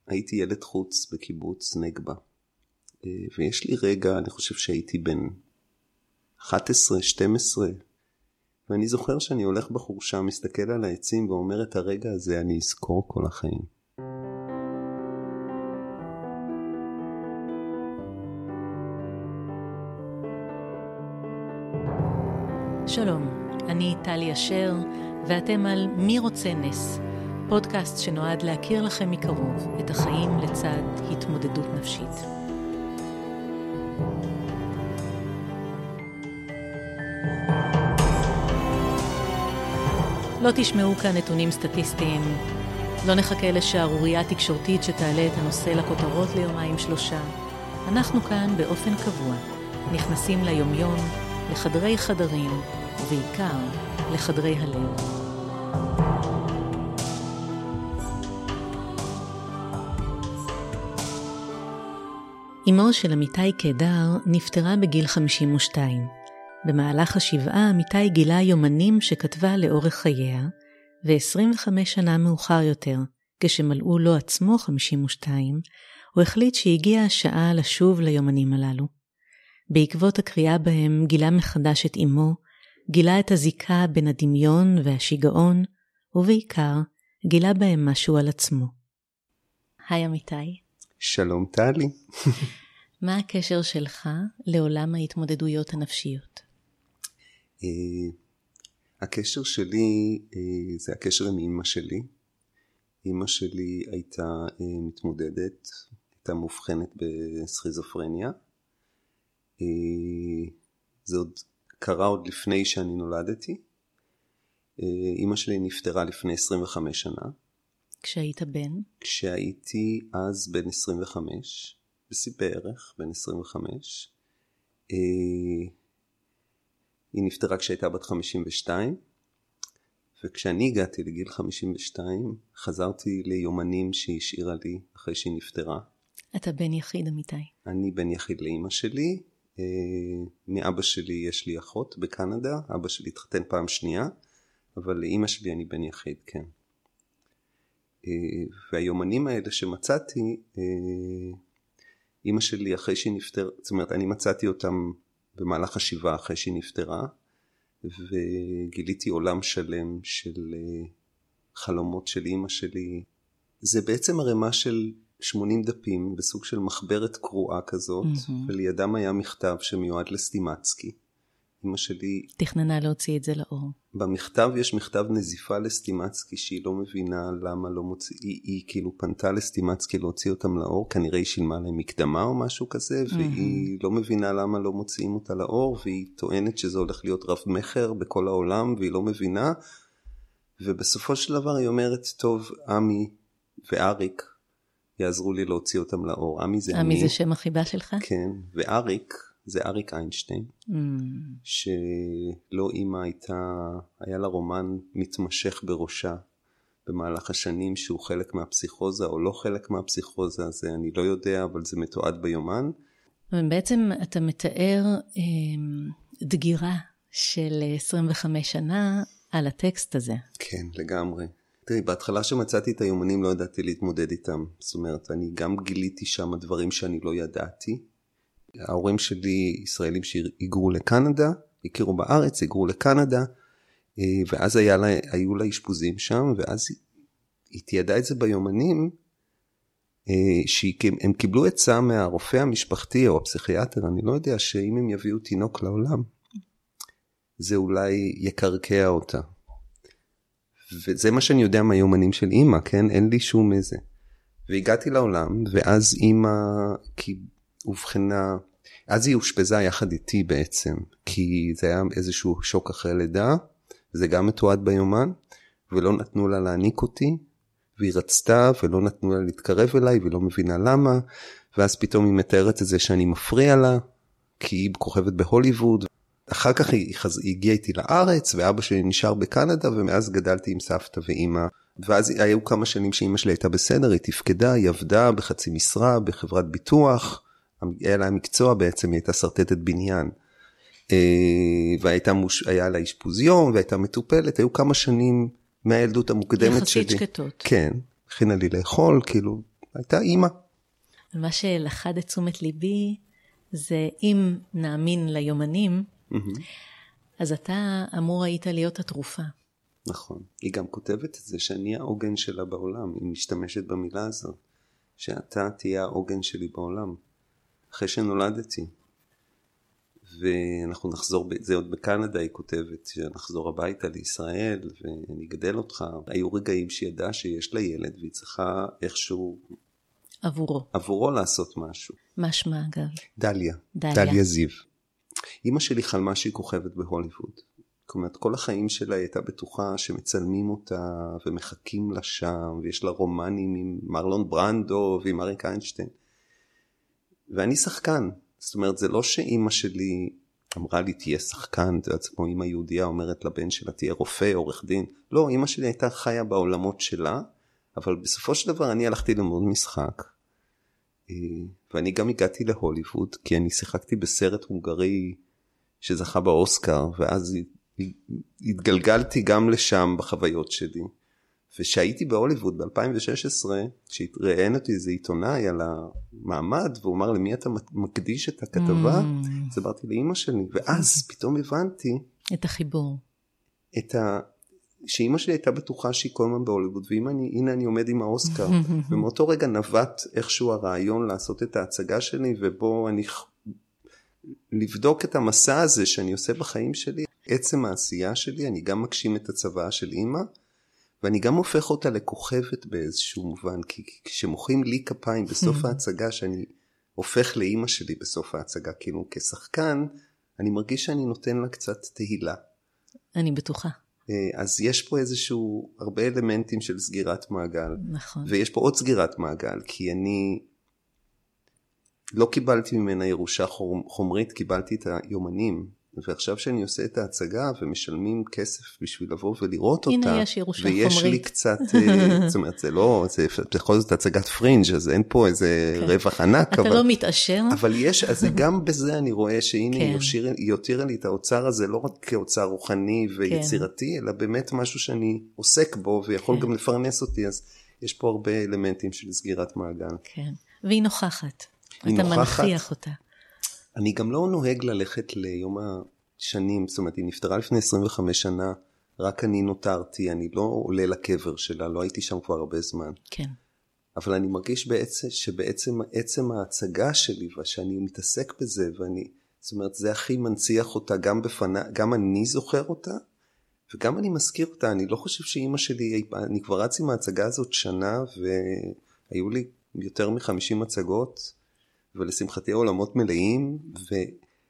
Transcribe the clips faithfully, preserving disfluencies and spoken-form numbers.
הייתי ילד חוץ בקיבוץ נגבה. ויש לי רגע, אני חושב שהייתי בן אחת עשרה, שתים עשרה, ואני זוכר שאני הולך בחורשה, מסתכל על העצים ואומר את הרגע הזה אני אזכור כל החיים. שלום, אני טלי אשר, ואתם על מי רוצה נס, פודקאסט שנועד להכיר לכם מקרוב את החיים לצד התמודדות נפשית. לא תשמעו כאן נתונים סטטיסטיים, לא נחכה לשערורייה תקשורתית שתעלה את הנושא לכותרות ליומיים שלושה. אנחנו כאן באופן קבוע, נכנסים ליומיום, לחדרי חדרים, ובעיקר לחדרי הלב. אמו של אמיתי קדר נפטרה בגיל חמישים ושתיים. במהלך השבעה אמיתי גילה יומנים שכתבה לאורך חייה, ו-עשרים וחמש שנה מאוחר יותר, כשמלאו לו עצמו חמישים ושתיים, הוא החליט שהגיעה השעה לשוב ליומנים הללו. בעקבות הקריאה בהם גילה מחדש את אמו, גילה את הזיקה בין הדמיון והשיגעון, ובעיקר גילה בהם משהו על עצמו. היי אמיתי. שלום טלי. מה הקשר שלך לעולם ההתמודדויות הנפשיות? הקשר שלי זה הקשר עם אמא שלי. אמא שלי הייתה מתמודדת, הייתה מובחנת בסכיזופרניה. זה עוד קרה עוד לפני שאני נולדתי. אמא שלי נפטרה לפני עשרים וחמש שנה. כשהיית בן? כשהייתי אז בן עשרים וחמש, בערך בן עשרים וחמש. היא נפטרה כשהייתה בת חמישים ושתיים, וכשאני הגעתי לגיל חמישים ושתיים, חזרתי ליומנים שהיא השאירה לי אחרי שהיא נפטרה. אתה בן יחיד אמיתי? אני בן יחיד לאמא שלי. מאבא שלי יש לי אחות בקנדה, אבא שלי התחתן פעם שנייה, אבל לאמא שלי אני בן יחיד, כן. והיומנים האלה שמצאתי, אמא שלי אחרי שהיא נפטרה, זאת אומרת אני מצאתי אותם במהלך השבעה אחרי שהיא נפטרה, וגיליתי עולם שלם של חלומות של אמא שלי. זה בעצם הרמה של שמונים דפים בסוג של מחברת קרועה כזאת, mm-hmm. ולידם היה מכתב שמיועד לסטימצקי. אמא שלי תכננה להוציא את זה לאור. במכתב יש מכתב נזיפה לסטימצקי שהיא לא מבינה למה לא מוציא, היא, היא כאילו פנתה לסטימצקי להוציא אותם לאור, כנראה היא שילמה להם מקדמה או משהו כזה, mm-hmm. והיא לא מבינה למה לא מוציאים אותה לאור, והיא טוענת שזה הולך להיות רב מחר בכל העולם, והיא לא מבינה, ובסופו של דבר היא אומרת, טוב, אמי ואריק יעזרו לי להוציא אותם לאור. אמי זה אמי אני. זה שם החיבה שלך? כן, ואריק זה אריק איינשטיין, mm. שלא אמא הייתה, היה לה רומן מתמשך בראשה במהלך השנים שהוא חלק מהפסיכוזה או לא חלק מהפסיכוזה, זה אני לא יודע, אבל זה מתועד ביומן. בעצם אתה מתאר אה, דגירה של עשרים וחמש שנה על הטקסט הזה. כן, לגמרי. תראי, בהתחלה שמצאתי את היומנים לא ידעתי להתמודד איתם. זאת אומרת, אני גם גיליתי שם דברים שאני לא ידעתי. ההורים שלי, ישראלים שהיגרו לקנדה, הכירו בארץ, היגרו לקנדה, ואז היה לה, היו לה אשפוזים שם, ואז היא תיעדה את זה ביומנים, שהם קיבלו עצה מהרופא המשפחתי או הפסיכיאטר, אני לא יודע, שאם הם יביאו תינוק לעולם, זה אולי יקרקע אותה. וזה מה שאני יודע מהיומנים של אמא, כן? אין לי שום איזה. והגעתי לעולם, ואז אמא, כי הובחנה, אז היא הושפזה יחד איתי בעצם, כי זה היה איזשהו שוק אחרי לידה, וזה גם מתועד ביומן, ולא נתנו לה להעניק אותי, והיא רצתה, ולא נתנו לה להתקרב אליי, והיא לא מבינה למה, ואז פתאום היא מתארת את זה שאני מפריע לה, כי היא כוכבת בהוליווד, אחר כך היא, היא הגיעה איתי לארץ, ואבא שלי נשאר בקנדה, ומאז גדלתי עם סבתא ואמא, ואז היו כמה שנים שאמא שלי הייתה בסדר, היא תפקדה, היא עבדה בחצי משרה, בחברת ביטוח, היה לה מקצוע בעצם, היא הייתה סרטטת בניין, והיה לה אשפוז יום, והייתה מטופלת, היו כמה שנים מהילדות המוקדמת שלי. יחסית שקטות. כן, הכינה לי לאכול, כאילו, הייתה אימא. מה שלחד את תשומת ליבי, זה אם נאמין ליומנים, mm-hmm. אז אתה אמור היית להיות התרופה. נכון. היא גם כותבת את זה, שאני העוגן שלה בעולם. היא משתמשת במילה הזאת. שאתה תהיה העוגן שלי בעולם. אחרי שנולדתי. ואנחנו נחזור, זה עוד בקנדה היא כותבת, שנחזור הביתה לישראל, ואני גדל אותך. היו רגעים שידעה שיש לה ילד, והיא צריכה איכשהו... עבורו. עבורו לעשות משהו. מה שמה אגב? דליה. דליה. דליה זיו. אמא שלי חלמה שהיא כוכבת בהוליווד. זאת אומרת, כל החיים שלה הייתה בטוחה שמצלמים אותה, ומחכים לה שם, ויש לה רומנים עם מרלון ברנדו, ועם אריק איינשטיין. ואני שחקן. זאת אומרת, זה לא שאמא שלי אמרה לי, תהיה שחקן, זה כמו אמא יהודיה אומרת לבן שלה, תהיה רופא, עורך דין. לא, אמא שלי הייתה חיה בעולמות שלה, אבל בסופו של דבר אני הלכתי ללמוד משחק. ואני גם הגעתי להוליווד, כי אני שיחקתי בסרט הונגרי שזכה באוסקר, ואז התגלגלתי גם לשם בחוויות שלי. ושהייתי בהוליווד ב-אלפיים ושש עשרה, כשהתראיין אותי איזה עיתונאי על המעמד, והוא אמר למי אתה מקדיש את הכתבה, mm. אז אמרתי לאמא שלי, ואז פתאום הבנתי את החיבור. את ה... שאמא שלי הייתה בטוחה שהיא כל הזמן בהוליווד, והנה אני עומד עם האוסקר, ומאותו רגע נבט איכשהו הרעיון לעשות את ההצגה שלי, ובו אני לבדוק את המסע הזה שאני עושה בחיים שלי, עצם העשייה שלי, אני גם מגשים את הצבא של אמא, ואני גם הופך אותה לכוכבת באיזשהו מובן, כי כשמוחאים לי כפיים בסוף ההצגה, שאני הופך לאמא שלי בסוף ההצגה, כאילו כשחקן, אני מרגיש שאני נותן לה קצת תהילה. אני בטוחה. אז יש פה איזשהו, הרבה אלמנטים של סגירת מעגל. נכון. ויש פה עוד סגירת מעגל, כי אני לא קיבלתי ממנה ירושה חומרית, קיבלתי את היומנים. ועכשיו שאני עושה את ההצגה ומשלמים כסף בשביל לבוא ולראות אותה. הנה יש ירושה ויש חומרית. ויש לי קצת, זאת אומרת, זה לא, זה בכל זאת הצגת פרינג', אז אין פה איזה כן. רווח ענק. אתה אבל, לא מתעשר. אבל יש, אז גם בזה אני רואה שהנה כן. יושיר, היא הותירה לי את האוצר הזה, לא רק כאוצר רוחני ויצירתי, כן. אלא באמת משהו שאני עוסק בו, ויכול כן. גם לפרנס אותי, אז יש פה הרבה אלמנטים של סגירת מעגל. כן, והיא נוכחת. היא אתה נוכחת. מנחיח אותה. אני גם לא נוהג ללכת ליום השנים, זאת אומרת, היא נפטרה לפני עשרים וחמש שנה, רק אני נותרתי, אני לא עולה לקבר שלה, לא הייתי שם כבר הרבה זמן. כן. אבל אני מרגיש בעצם, שבעצם עצם ההצגה שלי, ושאני מתעסק בזה, ואני, זאת אומרת, זה הכי מנציח אותה, גם בפנה, גם אני זוכר אותה, וגם אני מזכיר אותה, אני לא חושב שאמא שלי, אני כבר רץ עם ההצגה הזאת שנה, והיו לי יותר מחמישים הצגות, ולשמחתי העולמות מלאים, והיא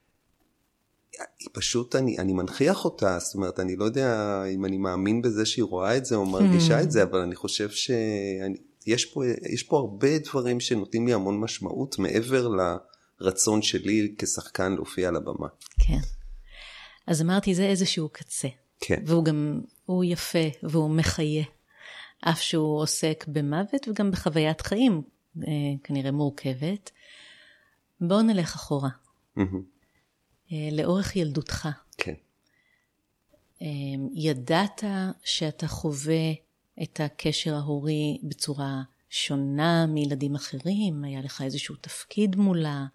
פשוט, אני, אני מנחיח אותה, זאת אומרת, אני לא יודע אם אני מאמין בזה שהיא רואה את זה, או מרגישה את זה, אבל אני חושב שיש פה, יש פה הרבה דברים שנותנים לי המון משמעות, מעבר לרצון שלי כשחקן להופיע על הבמה. כן. אז אמרתי, זה איזשהו קצה. כן. והוא גם, הוא יפה, והוא מחיה. אף שהוא עוסק במוות, וגם בחוויית חיים, כנראה מורכבת. בואו נלך אחורה. לאורך ילדותך. כן. ידעת שאתה חווה את הקשר ההורי בצורה שונה מילדים אחרים? היה לך איזשהו תפקיד מולה?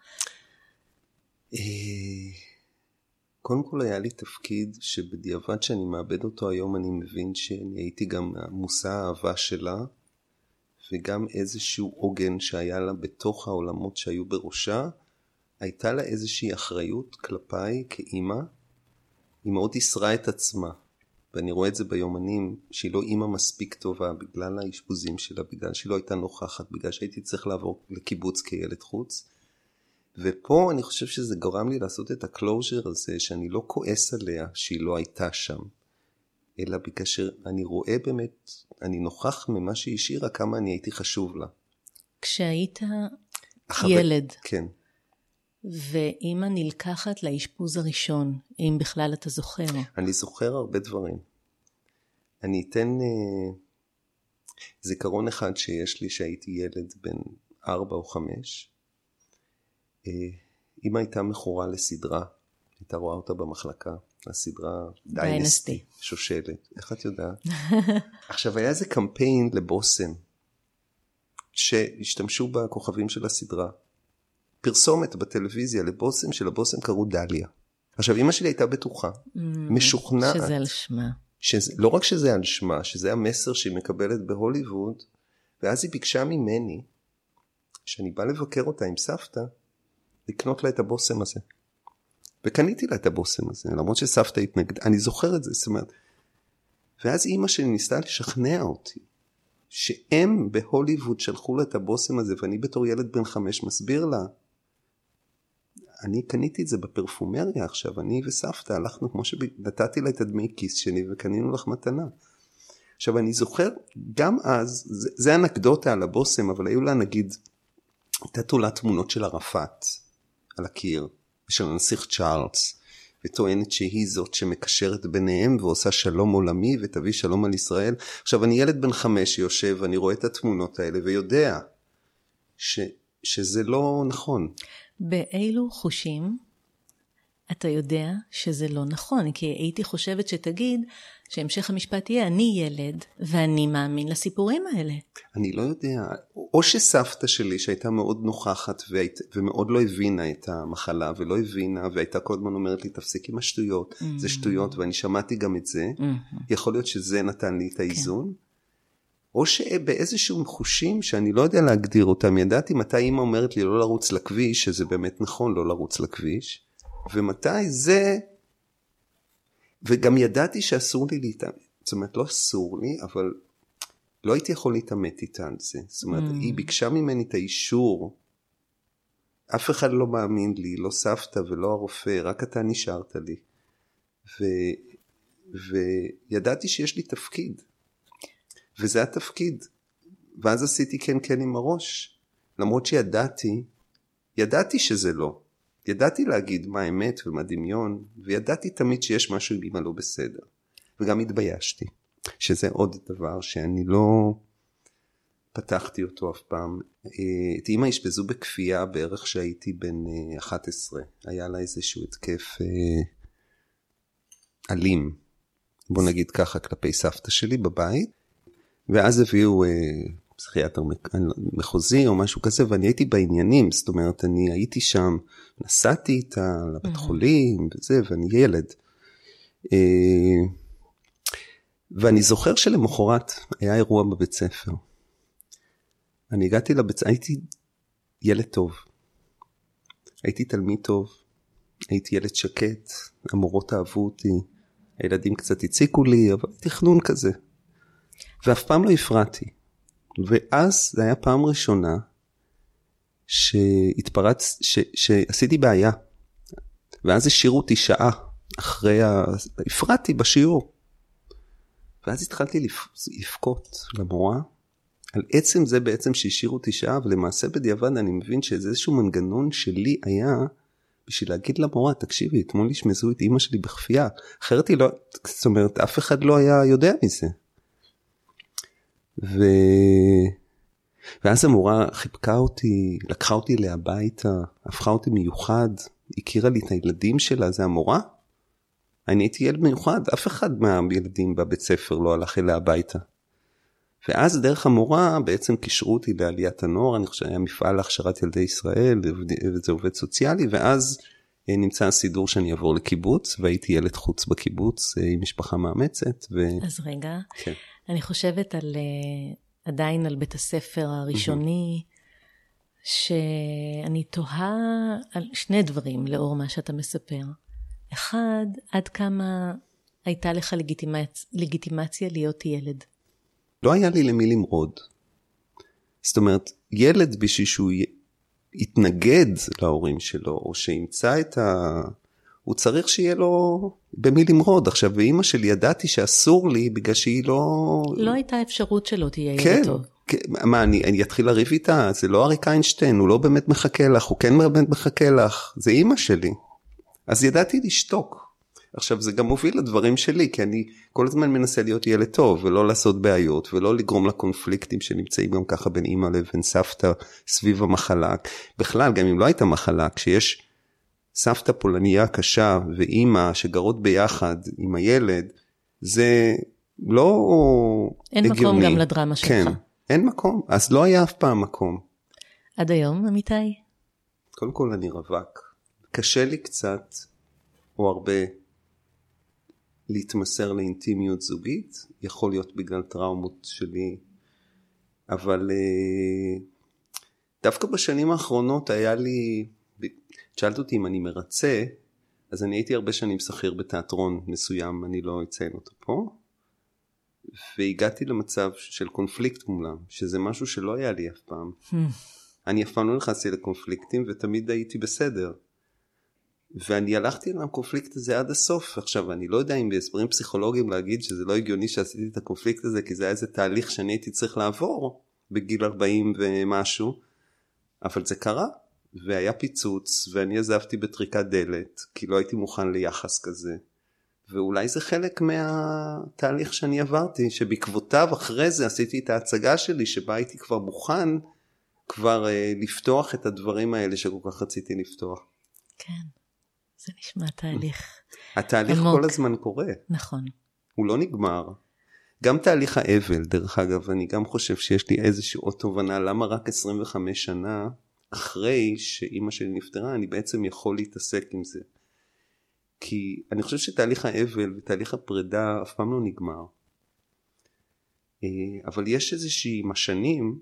קודם כל היה לי תפקיד שבדיעבד שאני מאבד אותו היום, אני מבין שאני הייתי גם מושא האהבה שלה, וגם איזשהו עוגן שהיה לה בתוך העולמות שהיו בראשה, הייתה לה איזושהי אחריות כלפיי כאימא, היא מאוד ישרה את עצמה, ואני רואה את זה ביומנים, שהיא לא אימא מספיק טובה, בגלל האשפוזים שלה, בגלל שהיא לא הייתה נוכחת, בגלל שהייתי צריך לעבור לקיבוץ כילד חוץ, ופה אני חושב שזה גורם לי לעשות את הקלוז'ר הזה, שאני לא כועס עליה שהיא לא הייתה שם, אלא בגלל שאני רואה באמת, אני נוכח ממה שהיא השאירה, כמה אני הייתי חשוב לה. כשהיית אחרי, ילד. כן. ואמא נלקחת לאשפוז הראשון, אם בכלל אתה זוכר. אני זוכר הרבה דברים. אני אתן אה, זיכרון אחד שיש לי שהייתי ילד בן ארבע או חמש. אה, אמא הייתה מכורה לסדרה, הייתה רואה אותה במחלקה, הסדרה דיינסטי, שושלת. איך את יודעת? עכשיו היה איזה קמפיין לבוסם, שהשתמשו בכוכבים של הסדרה. פרסומת בטלוויזיה לבוסם, שלבוסם קראו דליה. עכשיו, אמא שלי הייתה בטוחה, משוכנעת. שזה על שמה. שזה, לא רק שזה על שמה, שזה המסר שהיא מקבלת בהוליווד, ואז היא ביקשה ממני, שאני בא לבקר אותה עם סבתא, לקנות לה את הבוסם הזה. וקניתי לה את הבוסם הזה, למרות שסבתא התנגד, אני זוכר את זה, זאת אומרת, ואז אמא שלי ניסתה לשכנע אותי, שהם בהוליווד שלחו לה את הבוסם הזה, ואני בתור ילד בן חמש מסביר לה, אני קניתי את זה בפרפומריה עכשיו, אני וסבתא הלכנו כמו שנתתי לה את הדמי כיס שלי, וקנינו לך מתנה. עכשיו אני זוכר, גם אז, זה, זה אנקדוטה על הבוסם, אבל היו לה נגיד, הייתה תולה תמונות של ערפאת, על הקיר, ושל הנסיך צ'ארלס, וטוענת שהיא זאת שמקשרת ביניהם, ועושה שלום עולמי, ותביא שלום על ישראל. עכשיו אני ילד בן חמש שיושב, ואני רואה את התמונות האלה, ויודע ש, שזה לא נכון. באילו חושים אתה יודע שזה לא נכון? כי הייתי חושבת שתגיד שהמשך המשפט יהיה, אני ילד, ואני מאמין לסיפורים האלה. אני לא יודע. או שסבתא שלי שהייתה מאוד נוכחת, והיית, ומאוד לא הבינה את המחלה, ולא הבינה, והייתה כל הזמן אומרת לי, תפסיק עם השטויות, mm-hmm. זה שטויות, ואני שמעתי גם את זה. Mm-hmm. יכול להיות שזה נתן לי את האיזון. כן. או שבאיזשהו חושים שאני לא יודע להגדיר אותם, ידעתי מתי אמא אומרת לי לא לרוץ לכביש, שזה באמת נכון לא לרוץ לכביש, ומתי זה, וגם ידעתי שאסור לי להתאמת, זאת אומרת לא אסור לי, אבל לא הייתי יכול להתאמת איתה על זה, זאת אומרת mm. היא ביקשה ממני את האישור, אף אחד לא מאמין לי, לא סבתא ולא הרופא, רק אתה נשארת לי, ו... וידעתי שיש לי תפקיד, וזה התפקיד, ואז עשיתי כן כן עם הראש, למרות שידעתי, ידעתי שזה לא, ידעתי להגיד מה אמת ומה דמיון, וידעתי תמיד שיש משהו עם אמא לא בסדר, וגם התביישתי, שזה עוד דבר שאני לא פתחתי אותו אף פעם. את אמא השפזו בכפייה בערך שהייתי בן אחת עשרה, היה לה איזשהו התקף אלים, בוא נגיד ככה, כלפי סבתא שלי בבית, ואז הביאו אה, פסיכיאטר מחוזי או משהו כזה, ואני הייתי בעניינים, זאת אומרת, אני הייתי שם, נסעתי איתה לבית חולים וזה, ואני ילד. אה, ואני זוכר שלמחרת היה אירוע בבית ספר. אני הגעתי לבית ספר, הייתי ילד טוב. הייתי תלמיד טוב, הייתי ילד שקט, המורות אהבו אותי, הילדים קצת הציקו לי, אבל תכנון כזה. ואף פעם לא הפרעתי. ואז זה היה פעם ראשונה שהתפרץ, ש, שעשיתי בעיה. ואז השאירו אותי שעה אחרי ה... הפרעתי בשיעור. ואז התחלתי לפקוט למורה. על עצם זה בעצם שהשאירו אותי שעה, ולמעשה בדיעבד אני מבין שזה איזשהו מנגנון שלי היה בשביל להגיד למורה, תקשיבי, אתמול השמזו את אמא שלי בכפייה. אחרת היא לא, זאת אומרת, אף אחד לא היה יודע מזה. ו... ואז המורה חיבקה אותי, לקחה אותי אליה הביתה, הפכה אותי מיוחד, הכירה לי את הילדים שלה, זה המורה. אני הייתי ילד מיוחד, אף אחד מהילדים בבית ספר לא הלך אליה הביתה. ואז דרך המורה בעצם קישרו אותי לעליית הנוער, אני חושב שהיה מפעל להכשרת ילדי ישראל, וזה עובד סוציאלי, ואז נמצא הסידור שאני אעבור לקיבוץ, והייתי ילד חוץ בקיבוץ עם משפחה מאמצת. ו... אז רגע, כן. אני חושבת על, עדיין על בית הספר הראשוני, שאני תוהה על שני דברים לאור מה שאתה מספר. אחד, עד כמה הייתה לך לגיטימצ... לגיטימציה להיות ילד? לא היה לי למי למרוד. זאת אומרת, ילד בשביל שהוא יתנגד להורים שלו, או שימצא את ה... הוא צריך שיהיה לו במי למרוד. עכשיו, ואמא שלי ידעתי שאסור לי, בגלל שהיא לא... לא הייתה אפשרות שלא תהיה ילד כן, טוב. כן, מה, אני, אני אתחיל לריב איתה? זה לא אריק איינשטיין, הוא לא באמת מחכה לך, הוא כן באמת מחכה לך, זה אמא שלי. אז ידעתי לשתוק. עכשיו, זה גם מוביל לדברים שלי, כי אני כל הזמן מנסה להיות ילד טוב, ולא לעשות בעיות, ולא לגרום לקונפליקטים שנמצאים גם ככה בין אמא לבין סבתא סביב המחלה. בכלל, גם אם לא הייתה מחלה, כשיש סבתא פולניה קשה ואמא שגרות ביחד עם הילד, זה לא אין הגיוני. מקום גם לדרמה שלך. כן, אין מקום, אז לא היה אף פעם מקום. עד היום, אמיתי? קודם כל אני רווק. קשה לי קצת, או הרבה, להתמסר לאינטימיות זוגית. יכול להיות בגלל טראומות שלי, אבל דווקא בשנים האחרונות היה לי, שאלת אותי אם אני מרצה, אז אני הייתי הרבה שנים שכיר בתיאטרון מסוים, אני לא אציין אותו פה, והגעתי למצב של קונפליקט מולם, שזה משהו שלא היה לי אף פעם. אני אף פעם לא נכנסתי לקונפליקטים, ותמיד הייתי בסדר. ואני הלכתי על הקונפליקט הזה עד הסוף. עכשיו, אני לא יודע אם בהסברים פסיכולוגיים להגיד שזה לא הגיוני שעשיתי את הקונפליקט הזה, כי זה היה איזה תהליך שאני הייתי צריך לעבור בגיל ארבעים ומשהו, אבל זה קרה, והיה פיצוץ, ואני עזבתי בטריקת דלת, כי לא הייתי מוכן ליחס כזה. ואולי זה חלק מהתהליך שאני עברתי, שבעקבותיו אחרי זה עשיתי את ההצגה שלי, שבה הייתי כבר מוכן כבר אה, לפתוח את הדברים האלה שכל כך רציתי לפתוח. כן, זה נשמע תהליך התהליך עמוק. כל הזמן קורה. נכון. הוא לא נגמר. גם תהליך האבל, דרך אגב, אני גם חושב שיש לי איזושהי עוד תובנה, למה רק עשרים וחמש שנה אחרי שאימא שלי נפטרה, אני בעצם יכול להתעסק עם זה. כי אני חושב שתהליך האבל ותהליך הפרידה אף פעם לא נגמר. אבל יש איזושהי משנים,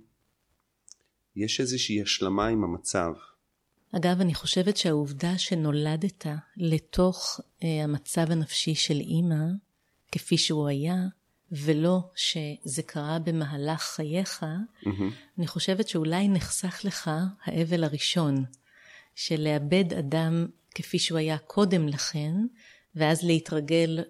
יש איזושהי השלמה עם המצב. אגב, אני חושבת שהעובדה שנולדת לתוך אה, המצב הנפשי של אימא, כפי שהוא היה, ולא שזה קרה במהלך חייך, mm-hmm. אני חושבת שאולי נחסך לך האבל הראשון, של לאבד אדם כפי שהוא היה קודם לכן, ואז להתרגל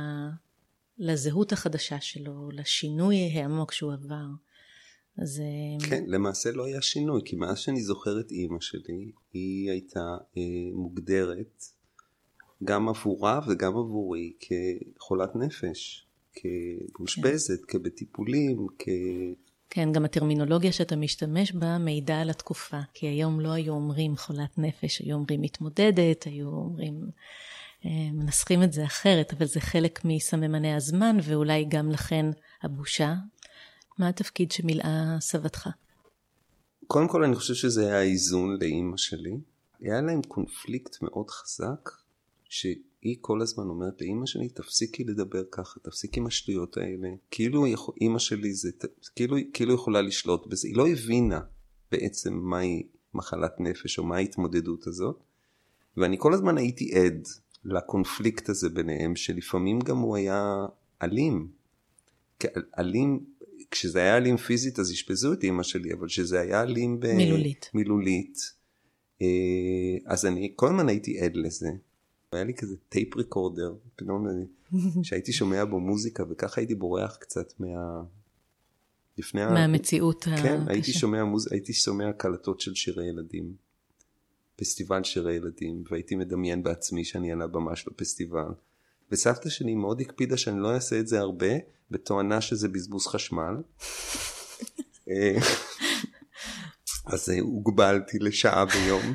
לזהות החדשה שלו, לשינוי העמוק שהוא עבר. אז... כן, למעשה לא היה שינוי, כי מאז שאני זוכר את אימא שלי, היא הייתה אה, מוגדרת גם עבורה וגם עבורי כחולת נפש, כמושפזת, כן. כבטיפולים, כ... כן, גם הטרמינולוגיה שאתה משתמש בה מידע על התקופה, כי היום לא היו אומרים חולת נפש, היו אומרים מתמודדת, היו אומרים, מנסחים את זה אחרת, אבל זה חלק מסממני הזמן, ואולי גם לכן הבושה. מה התפקיד שמילאה סבתך? קודם כל אני חושב שזה היה האיזון לאמא שלי. היה להם קונפליקט מאוד חזק, שהיא כל הזמן אומרת לאמא שלי, תפסיקי לדבר ככה, תפסיקי עם השטויות האלה. כאילו אמא שלי זה, כאילו, כאילו יכולה לשלוט בזה. היא לא הבינה בעצם מהי מחלת נפש או מהי ההתמודדות הזאת. ואני כל הזמן הייתי עד לקונפליקט הזה ביניהם, שלפעמים גם הוא היה אלים. אלים, כשזה היה אלים פיזית אז השפזו את אמא שלי, אבל כשזה היה אלים ב... מילולית. מילולית, אז אני כל הזמן הייתי עד לזה. היה לי כזה טייפ ריקורדר, פתאום שהייתי שומע בו מוזיקה, וככה הייתי בורח קצת מה... לפני מהמציאות ה... הקשה. כן, הייתי שומע, מוז... הייתי שומע קלטות של שירי ילדים, פסטיבל שירי ילדים, והייתי מדמיין בעצמי שאני על הבמה של הפסטיבל. וסבתא שלי מאוד הקפידה שאני לא אעשה את זה הרבה, בתואנה שזה בזבוז חשמל. אז הוגבלתי לשעה ביום.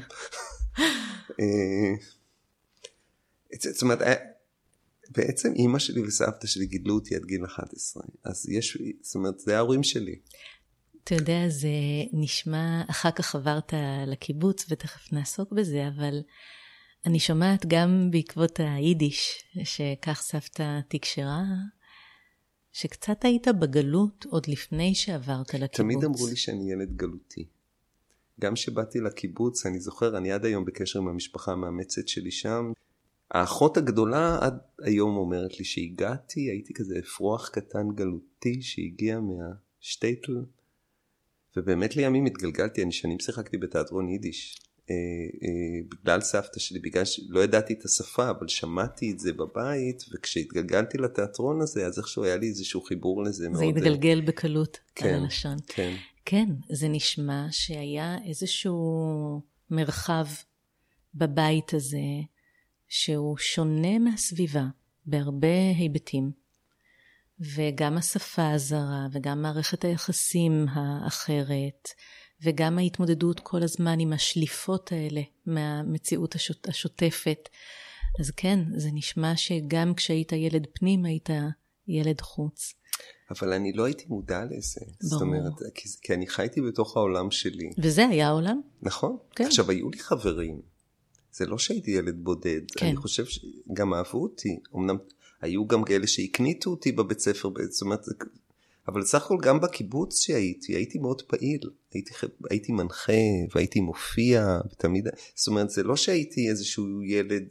זאת אומרת, בעצם אמא שלי וסבתא שלי גידלו אותי עד גיל אחת עשרה. אז יש, זאת אומרת, זה ההורים שלי. אתה יודע, זה נשמע, אחר כך עברת לקיבוץ ותכף נעסוק בזה, אבל אני שומעת גם בעקבות היידיש, שכך סבתא תקשרה, שקצת היית בגלות עוד לפני שעברת לקיבוץ. תמיד אמרו לי שאני ילד גלותי. גם שבאתי לקיבוץ, אני זוכר, אני עד היום בקשר עם המשפחה המאמצת שלי שם. האחות הגדולה עד היום אומרת לי שהגעתי, הייתי כזה אפרוח קטן גלותי שהגיע מהשטייטל. ובאמת לימים התגלגלתי, אני שנים שיחקתי בתיאטרון יידיש. אה, אה, בגלל סבתא שלי, בגלל שלא ידעתי את השפה, אבל שמעתי את זה בבית, וכשהתגלגלתי לתיאטרון הזה, אז איכשהו היה לי איזשהו חיבור לזה. זה מאוד... התגלגל בקלות כן, על הלשון. כן. כן, זה נשמע שהיה איזשהו מרחב בבית הזה, שהוא שונה מהסביבה, בהרבה היבטים. וגם השפה הזרה, וגם מערכת היחסים האחרת, וגם ההתמודדות כל הזמן עם השליפות האלה מהמציאות השוט, השוטפת. אז כן, זה נשמע שגם כשהיית ילד פנים, היית ילד חוץ. אבל אני לא הייתי מודע לזה. ברור. זאת אומרת, כי, כי אני חייתי בתוך העולם שלי. וזה היה העולם? נכון. כן. עכשיו, היו לי חברים. זה לא שהייתי ילד בודד. כן. אני חושב שגם אהבו אותי. אמנם היו גם כאלה שהקניתו אותי בבית ספר. זאת אומרת, אבל סך הכל גם בקיבוץ שהייתי, הייתי מאוד פעיל. הייתי, הייתי מנחה והייתי מופיע. ותמיד, זאת אומרת, זה לא שהייתי איזשהו ילד...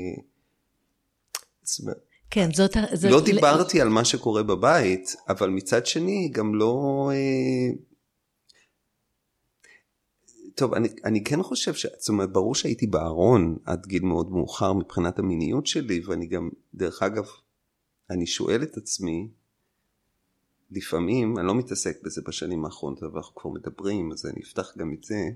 זאת אומרת, כן, זאת, זאת... לא דיברתי על מה שקורה בבית, אבל מצד שני גם לא... טוב, אני, אני כן חושב ש... זאת אומרת, ברור שהייתי בארון עד גיל מאוד מאוחר מבחינת המיניות שלי, ואני גם, דרך אגב, אני שואל את עצמי, לפעמים, אני לא מתעסק בזה בשנים האחרונות, אבל אנחנו כבר מדברים, אז אני אפתח גם את זה,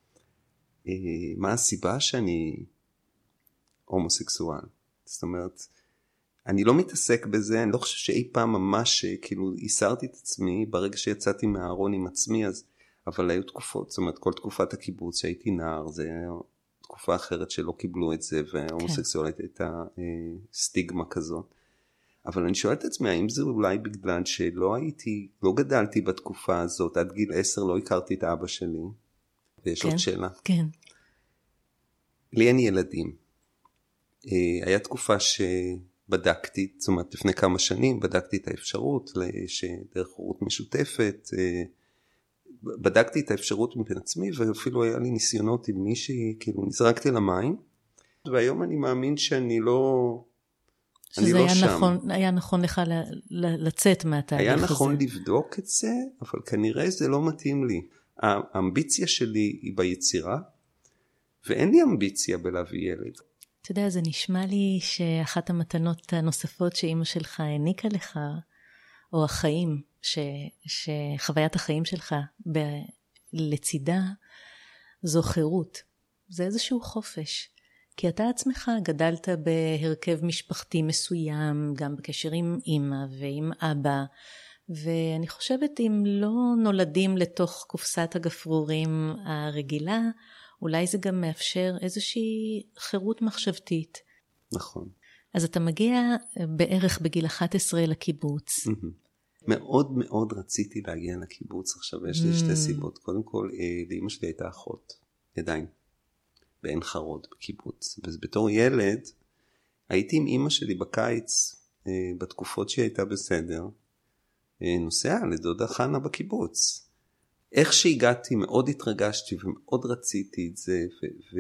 מה הסיבה שאני הומוסקסואל? זאת אומרת, אני לא מתעסק בזה, אני לא חושב שאי פעם ממש כאילו הסרתי את עצמי ברגע שיצאתי מהארון עם עצמי, אז, אבל היו תקופות, זאת אומרת כל תקופת הקיבוץ שהייתי נער, זה היה תקופה אחרת שלא קיבלו את זה, וההומוסקסואלית הייתה אה, סטיגמה כזאת. אבל אני שואל את עצמי, האם זה אולי בגלל שלא הייתי, לא גדלתי בתקופה הזאת, עד גיל עשר לא הכרתי את אבא שלי, ויש כן, עוד שאלה. כן. לי אין ילדים. אה, היה תקופה ש... בדקתי, זאת אומרת, לפני כמה שנים, בדקתי את האפשרות, שדרך הורות משותפת, בדקתי את האפשרות מבין עצמי, ואפילו היה לי ניסיונות עם מישהי, כאילו נזרקתי למים, והיום אני מאמין שאני לא, אני לא שם. שזה נכון, היה נכון לך לצאת מהתהליך הזה. היה נכון לבדוק את זה, אבל כנראה זה לא מתאים לי. האמביציה שלי היא ביצירה, ואין לי אמביציה בלהביא ילד. אתה יודע, זה נשמע לי שאחת המתנות הנוספות שאימא שלך העניקה לך, או החיים, ש, שחוויית החיים שלך ב, לצידה, זו חירות. זה איזשהו חופש. כי אתה עצמך גדלת בהרכב משפחתי מסוים, גם בקשר עם אימא ועם אבא, ואני חושבת אם לא נולדים לתוך קופסת הגפרורים הרגילה, אולי זה גם מאפשר איזושהי חירות מחשבתית. נכון. אז אתה מגיע בערך בגיל אחת עשרה לקיבוץ. מאוד מאוד רציתי להגיע לקיבוץ. עכשיו יש לי שתי סיבות. קודם כל, לאמא שלי הייתה אחות, עדיין, בעין חרוד בקיבוץ. ובתור ילד, הייתי עם אמא שלי בקיץ, בתקופות שהיא הייתה בסדר, נוסעה לדודה חנה בקיבוץ. איך שהגעתי, מאוד התרגשתי ומאוד רציתי את זה, ו... ו...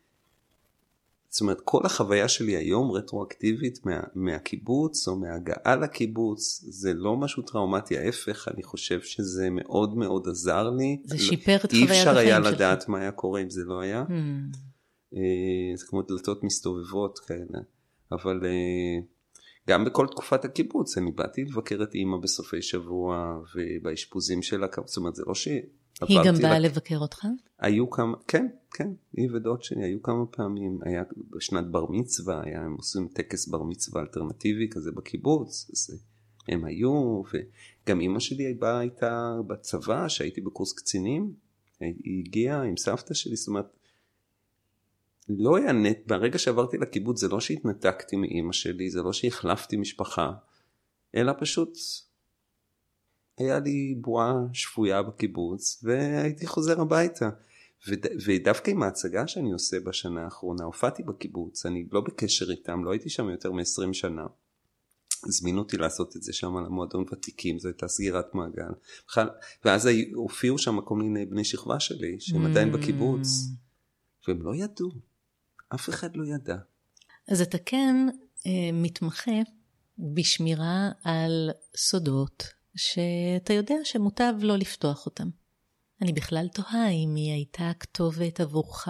זאת אומרת, כל החוויה שלי היום רטרואקטיבית מה... מהקיבוץ או מהגעה לקיבוץ, זה לא משהו טראומטי, ההפך, אני חושב שזה מאוד מאוד עזר לי. זה שיפר את חוויית החיים שלך. אי אפשר היה לדעת מה היה קורה אם זה לא היה. Hmm. זה כמו דלתות מסתובבות כאלה, אבל גם בכל תקופת הקיבוץ, אני באתי לבקר את אמא בסופי שבוע, ובאשפוזים שלה, זאת אומרת, זה לא ש... היא גם באה לק... לבקר אותך? היו כמה, כן, כן, היא ודוד שלי, היו כמה פעמים, היה בשנת בר מצווה, היה, הם עושים טקס בר מצווה אלטרנטיבי כזה בקיבוץ, אז הם היו, וגם אמא שלי באה איתה בצבא, שהייתי בקורס קצינים, היא הגיעה עם סבתא שלי, זאת אומרת, לא היה נט, ברגע שעברתי לקיבוץ, זה לא שהתנתקתי מאמא שלי, זה לא שהחלפתי משפחה, אלא פשוט היה לי בועה שפויה בקיבוץ, והייתי חוזר הביתה. ודווקא עם ההצגה שאני עושה בשנה האחרונה, הופעתי בקיבוץ, אני לא בקשר איתם, לא הייתי שם יותר מ-עשרים שנה. הזמינו אותי לעשות את זה שם על המועדון ותיקים, זו הייתה סגירת מעגל. ואז הופיעו שם כל מיני בני שכבה שלי, שהם עדיין בקיבוץ, והם לא ידעו. אף אחד לא ידע. אז אתה כן אה, מתמחה בשמירה על סודות, שאתה יודע שמוטב לא לפתוח אותם. אני בכלל תוהה אם היא הייתה כתובת עבורך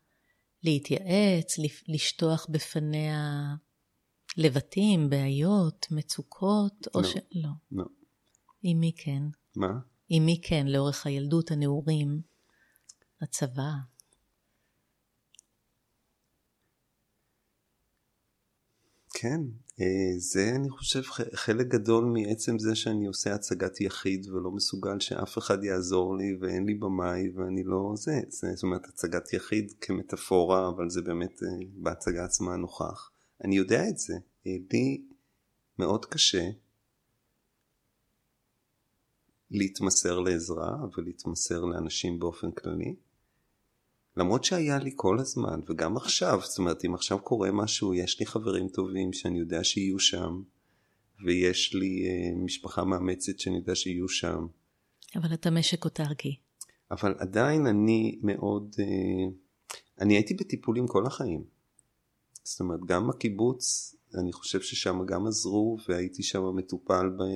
להתייעץ, לשטוח בפניה לבטים, בעיות, מצוקות, או לא, ש... לא. לא. עם מי כן? מה? עם מי כן, לאורך הילדות, הנעורים, הצבא. כן, זה אני חושב חלק גדול מעצם זה שאני עושה הצגת יחיד ולא מסוגל שאף אחד יעזור לי ואין לי במאי ואני לא זה, זה זאת אומרת הצגת יחיד כמטאפורה, אבל זה באמת בהצגה עצמה נוכח. אני יודע את זה, לי מאוד קשה להתמסר לעזרה ולהתמסר לאנשים באופן כללי. למרות שהיה לי כל הזמן, וגם עכשיו, זאת אומרת, אם עכשיו קורה משהו, יש לי חברים טובים שאני יודע שיהיו שם, ויש לי uh, משפחה מאמצת שאני יודע שיהיו שם. אבל אתה משק אוטרקי. אבל עדיין אני מאוד, uh, אני הייתי בטיפולים כל החיים. זאת אומרת, גם הקיבוץ, אני חושב ששם גם עזרו, והייתי שם מטופל, ב...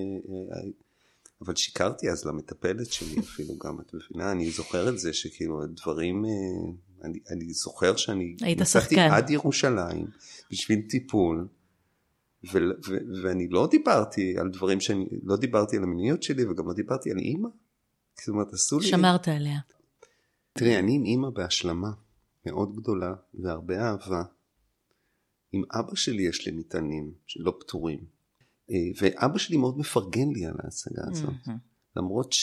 אבל שיקרתי אז למטפלת שלי אפילו גם, את מבינה, אני זוכר את זה שכאילו הדברים, אני, אני זוכר שאני נסעתי עד ירושלים בשביל טיפול, ו, ו, ואני לא דיברתי על דברים שאני, לא דיברתי על המיניות שלי, וגם לא דיברתי על אימא. זאת אומרת, עשו לי... שמרת עליה. תראי, אני עם אימא בהשלמה מאוד גדולה, והרבה אהבה. עם אבא שלי יש לי מטענים שלא פתורים. ואבא שלי מאוד מפרגן לי על ההצגה הזאת. Mm-hmm. למרות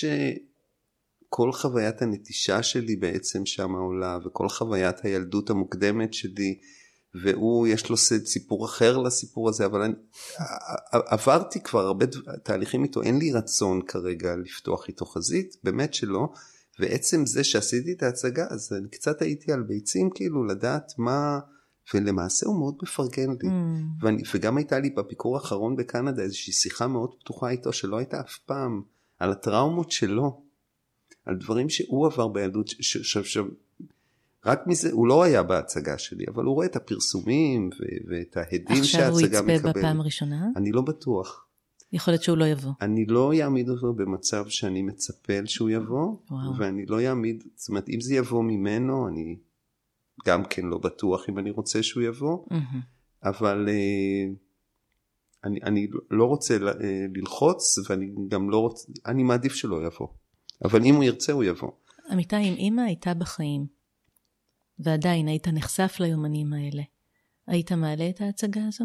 שכל חוויית הנטישה שלי בעצם שם עולה, וכל חוויית הילדות המוקדמת שלי, והוא יש לו סיפור אחר לסיפור הזה, אבל אני עברתי כבר הרבה תהליכים איתו, אין לי רצון כרגע לפתוח איתו חזית, באמת שלא, ועצם זה שעשיתי את ההצגה, אז אני קצת הייתי על ביצים כאילו לדעת מה... ולמעשה הוא מאוד מפרגן לי. Mm. ואני, וגם הייתה לי בביקור האחרון בקנדה איזושהי שיחה מאוד פתוחה איתו, שלא הייתה אף פעם, על הטראומות שלו, על דברים שהוא עבר בילדות, ש, ש, ש, ש, רק מזה, הוא לא היה בהצגה שלי, אבל הוא רואה את הפרסומים ו, ואת ההדים שההצגה מקבל. עכשיו הוא יצפה בפעם ראשונה? אני לא בטוח. יכול להיות שהוא לא יבוא. אני לא יעמיד אותו במצב שאני מצפה שהוא יבוא, וואו. ואני לא יעמיד, זאת אומרת, אם זה יבוא ממנו, אני... גם כן לא בטוח אם אני רוצה שהוא יבוא, mm-hmm. אבל uh, אני, אני לא רוצה uh, ללחוץ, ואני גם לא רוצה, אני מעדיף שלא יבוא. אבל אם הוא ירצה, הוא יבוא. אמיתי, אם אמא הייתה בחיים, ועדיין היית נחשף ליומנים האלה, היית מעלה את ההצגה הזו?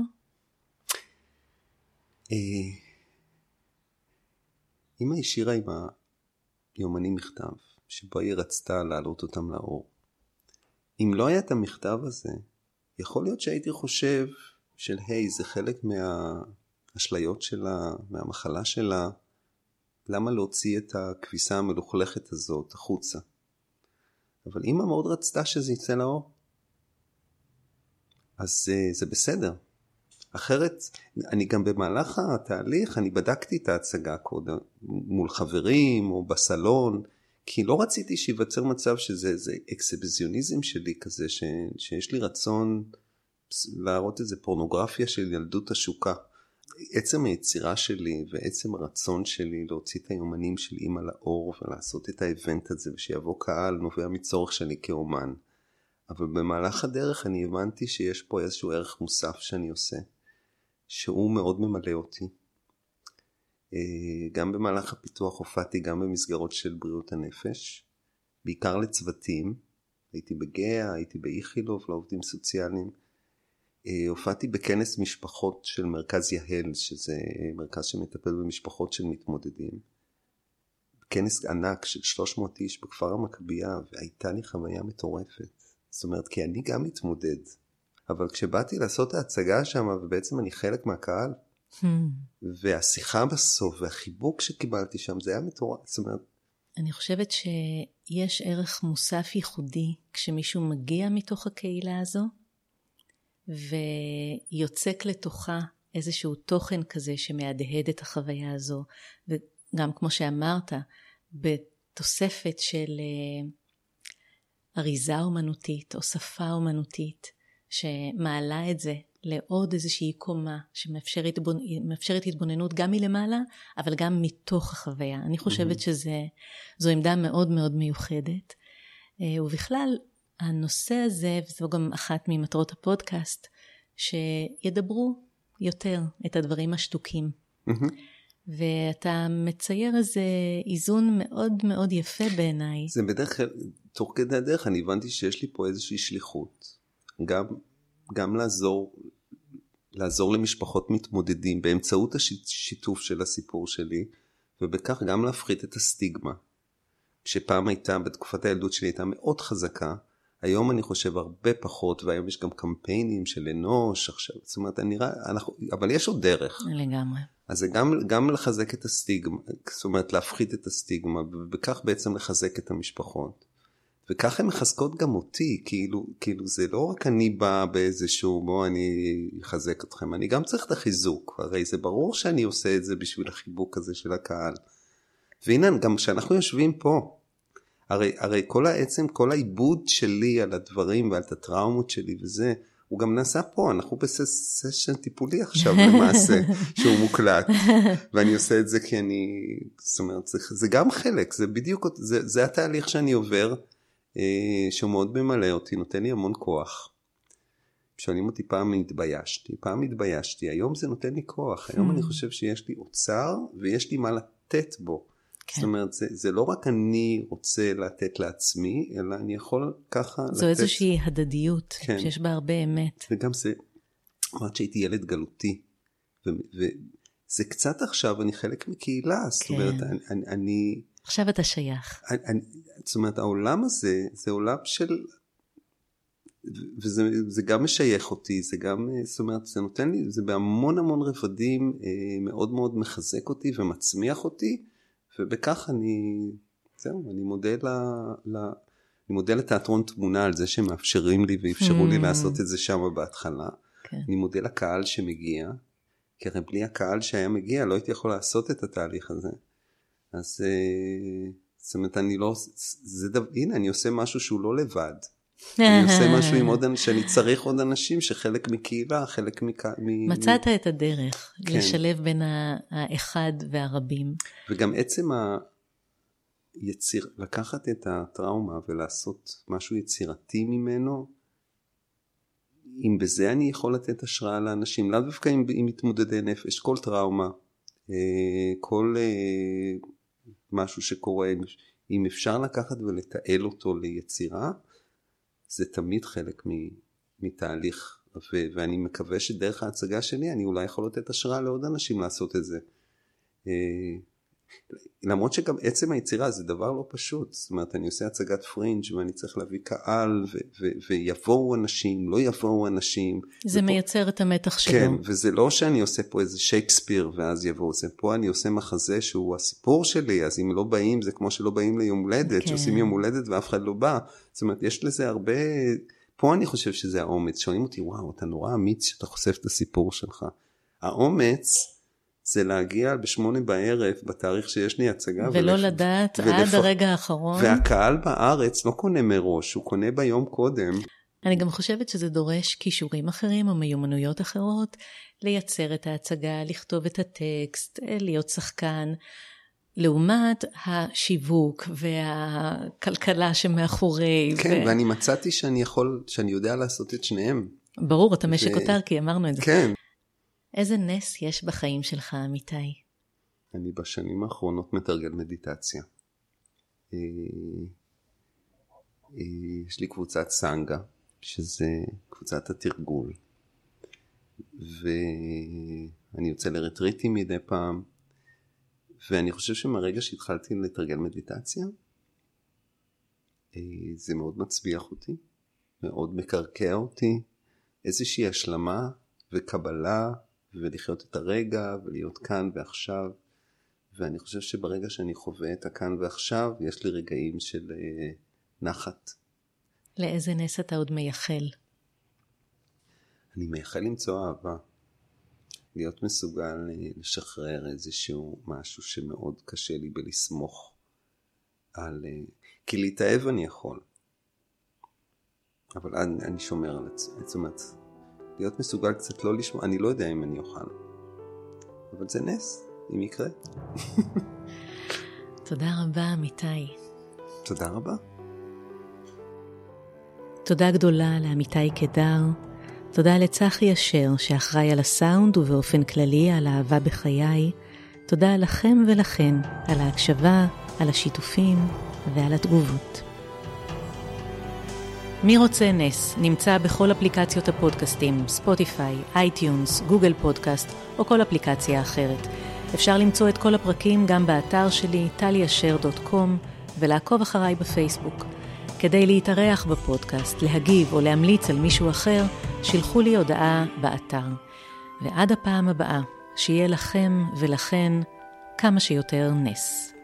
אמא השאירה עם היומנים מכתב, שבו היא רצתה להעלות אותם לאור. אם לא היה את המכתב הזה, יכול להיות שהייתי חושב של, היי, זה חלק מהאשליות שלה, מהמחלה שלה, למה להוציא את הכביסה המלוכלכת הזאת החוצה? אבל אמא מאוד רצתה שזה יצא לאור. אז זה, זה בסדר. אחרת, אני גם במהלך התהליך, אני בדקתי את ההצגה קודם, מול חברים או בסלון, כי לא רציתי שיווצר מצב שזה זה אקסיביזיוניזם שלי כזה, ש, שיש לי רצון להראות איזה פורנוגרפיה של ילדות השוקה. עצם היצירה שלי ועצם הרצון שלי להוציא את היומנים של אמא לאור ולעשות את האבנט הזה ושיבוא קהל נובע מצורך שלי כאומן. אבל במהלך הדרך אני הבנתי שיש פה איזשהו ערך מוסף שאני עושה, שהוא מאוד ממלא אותי. גם במהלך הפיתוח הופעתי גם במסגרות של בריאות הנפש, בעיקר לצוותים, הייתי בגאה, הייתי באיכילוב, לעובדים סוציאליים, הופעתי בכנס משפחות של מרכז יהל, שזה מרכז שמטפל במשפחות של מתמודדים, כנס ענק של שלוש מאות איש בכפר המכבייה, והייתה לי חוויה מטורפת, זאת אומרת, כי אני גם מתמודד, אבל כשבאתי לעשות ההצגה שם, ובעצם אני חלק מהקהל, Hmm. והשיחה בסוף והחיבוק שקיבלתי שם זה היה מטורף. זאת אומרת, אני חושבת שיש ערך מוסף ייחודי כשמישהו מגיע מתוך הקהילה הזו ויוצק לתוכה איזשהו תוכן כזה שמהדהד את החוויה הזו, וגם כמו שאמרת בתוספת של אריזה אומנותית או שפה אומנותית שמעלה את זה לעוד איזושהי קומה שמאפשרת התבונ... התבוננות גם מלמעלה, אבל גם מתוך החוויה. אני חושבת שזו עמדה מאוד מאוד מיוחדת. ובכלל, הנושא הזה, וזו גם אחת ממטרות הפודקאסט, שידברו יותר את הדברים השטוקים. ואתה מצייר איזה איזון מאוד מאוד יפה בעיניי. זה בדרך כלל, תוך כדי הדרך, אני הבנתי שיש לי פה איזושהי שליחות. גם, גם לעזור... לעזור למשפחות מתמודדים באמצעות השיתוף של הסיפור שלי, ובכך גם להפחית את הסטיגמה. שפעם הייתה, בתקופת הילדות שלי הייתה מאוד חזקה, היום אני חושב הרבה פחות, והיום יש גם קמפיינים של אנוש, עכשיו, זאת אומרת, אני ראה, אנחנו, אבל יש עוד דרך. לגמרי. אז זה גם, גם לחזק את הסטיגמה, זאת אומרת להפחית את הסטיגמה, ובכך בעצם לחזק את המשפחות. וכך הן מחזקות גם אותי, כאילו, כאילו זה לא רק אני בא באיזשהו, בוא אני אחזק אתכם, אני גם צריך את החיזוק, הרי זה ברור שאני עושה את זה בשביל החיבוק הזה של הקהל. והנה, גם כשאנחנו יושבים פה, הרי, הרי כל העצם, כל העיבוד שלי על הדברים ועל הטראומות שלי וזה, הוא גם נעשה פה, אנחנו בסשן טיפולי עכשיו למעשה, שהוא מוקלט, ואני עושה את זה כי אני, זאת אומרת, זה, זה גם חלק, זה בדיוק, זה, זה התהליך שאני עובר, שהוא מאוד ממלא אותי, נותן לי המון כוח. שואלים אותי, פעם התביישתי, פעם התביישתי, היום זה נותן לי כוח, היום אני חושב שיש לי אוצר, ויש לי מה לתת בו. זאת אומרת, זה, זה לא רק אני רוצה לתת לעצמי, אלא אני יכול ככה לתת. זו איזושהי הדדיות, כן. שיש בה הרבה אמת. וגם זה, אמרת שהייתי ילד גלותי, וזה קצת עכשיו, אני חלק מקהילה, כן. זאת אומרת, אני... אני עכשיו אתה שייך. אני, אני, זאת אומרת, העולם הזה, זה עולם של, וזה זה גם משייך אותי, זה גם, זאת אומרת, זה נותן לי, זה בהמון המון רבדים, מאוד מאוד מחזק אותי ומצמיח אותי, ובכך אני, זהו, אני מודה ל, ל, אני מודה לתיאטרון תמונה על זה שמאפשרים לי ואפשרו לי לעשות את זה שם בהתחלה. כן. אני מודה לקהל שמגיע, כי הרי בלי הקהל שהיה מגיע, לא הייתי יכול לעשות את התהליך הזה. אז, זאת אומרת, אני לא, זה דבר, הנה, אני עושה משהו שהוא לא לבד. אני עושה משהו עם עוד אנשים, שאני צריך עוד אנשים שחלק מקהילה, חלק מק... מצאת את הדרך, כן. לשלב בין האחד והרבים. וגם עצם היציר, לקחת את הטראומה ולעשות משהו יצירתי ממנו, אם בזה אני יכול לתת השראה לאנשים, לא דווקא עם, עם מתמודדי נפש, כל טראומה, כל משהו שקורה, אם אפשר לקחת ולתעל אותו ליצירה, זה תמיד חלק מתהליך, ו- ואני מקווה שדרך ההצגה שלי, אני אולי יכול לתת השראה לעוד אנשים לעשות את זה. למרות שגם עצם היצירה זה דבר לא פשוט, זאת אומרת, אני עושה הצגת פרינג' ואני צריך להביא קהל, ו- ו- ויבואו אנשים, לא יבואו אנשים. זה ופה, מייצר את המתח שלו. כן, וזה לא שאני עושה פה איזה שייקספיר, ואז יבואו, זה פה אני עושה מחזה שהוא הסיפור שלי, אז אם לא באים, זה כמו שלא באים ליום הולדת, כן. שעושים יום הולדת ואף אחד לא בא, זאת אומרת, יש לזה הרבה, פה אני חושב שזה האומץ, שואלים אותי, וואו, אתה נורא אמיץ שאתה חושף את הסיפור שלך. האומץ, זה להגיע בשמונה בערב, בתאריך שיש לי הצגה. ולא ולפ... לדעת ולפ... עד הרגע האחרון. והקהל בארץ לא קונה מראש, הוא קונה ביום קודם. אני גם חושבת שזה דורש כישורים אחרים או מיומנויות אחרות, לייצר את ההצגה, לכתוב את הטקסט, להיות שחקן, לעומת השיווק והכלכלה שמאחורי. כן, ו... ואני מצאתי שאני יכול, שאני יודע לעשות את שניהם. ברור, אתה משק ו... אותר, כי אמרנו את זה. כן. איזה נס יש בחיים שלך, אמיתי? אני בשנים האחרונות מתרגל מדיטציה. יש לי קבוצת סנגה, שזה קבוצת התרגול. ואני יוצא לרטריטים מדי פעם, ואני חושב שמהרגע שהתחלתי לתרגל מדיטציה, זה מאוד מצביח אותי, מאוד מקרקע אותי, איזושהי השלמה וקבלה, ולחיות את הרגע, ולהיות כאן ועכשיו, ואני חושב שברגע שאני חווה את הכאן ועכשיו, יש לי רגעים של אה, נחת. לאיזה נס אתה עוד מייחל? אני מייחל למצוא אהבה, להיות מסוגל לשחרר איזשהו משהו שמאוד קשה לי בלסמוך על, אה, כי להתאהב אני יכול, אבל אני, אני שומר על עצמי, זאת אומרת, להיות מסוגל קצת לא לשמוע, אני לא יודע אם אני אוכל. אבל זה נס, אם יקרה. תודה רבה, אמיתי. תודה רבה. תודה גדולה לאמיתי קדר. תודה לצחי אשר, שאחראי על הסאונד ובאופן כללי על האהבה בחיי. תודה לכם ולכן, על ההקשבה, על השיתופים ועל התגובות. מי רוצה נס נמצא בכל אפליקציות הפודקאסטים, ספוטיפיי, אייטיונס, גוגל פודקאסט או כל אפליקציה אחרת. אפשר למצוא את כל הפרקים גם באתר שלי, טלי אשר דוט קום, ולעקוב אחריי בפייסבוק. כדי להתארח בפודקאסט, להגיב או להמליץ על מישהו אחר, שילחו לי הודעה באתר. ועד הפעם הבאה, שיהיה לכם ולכן כמה שיותר נס.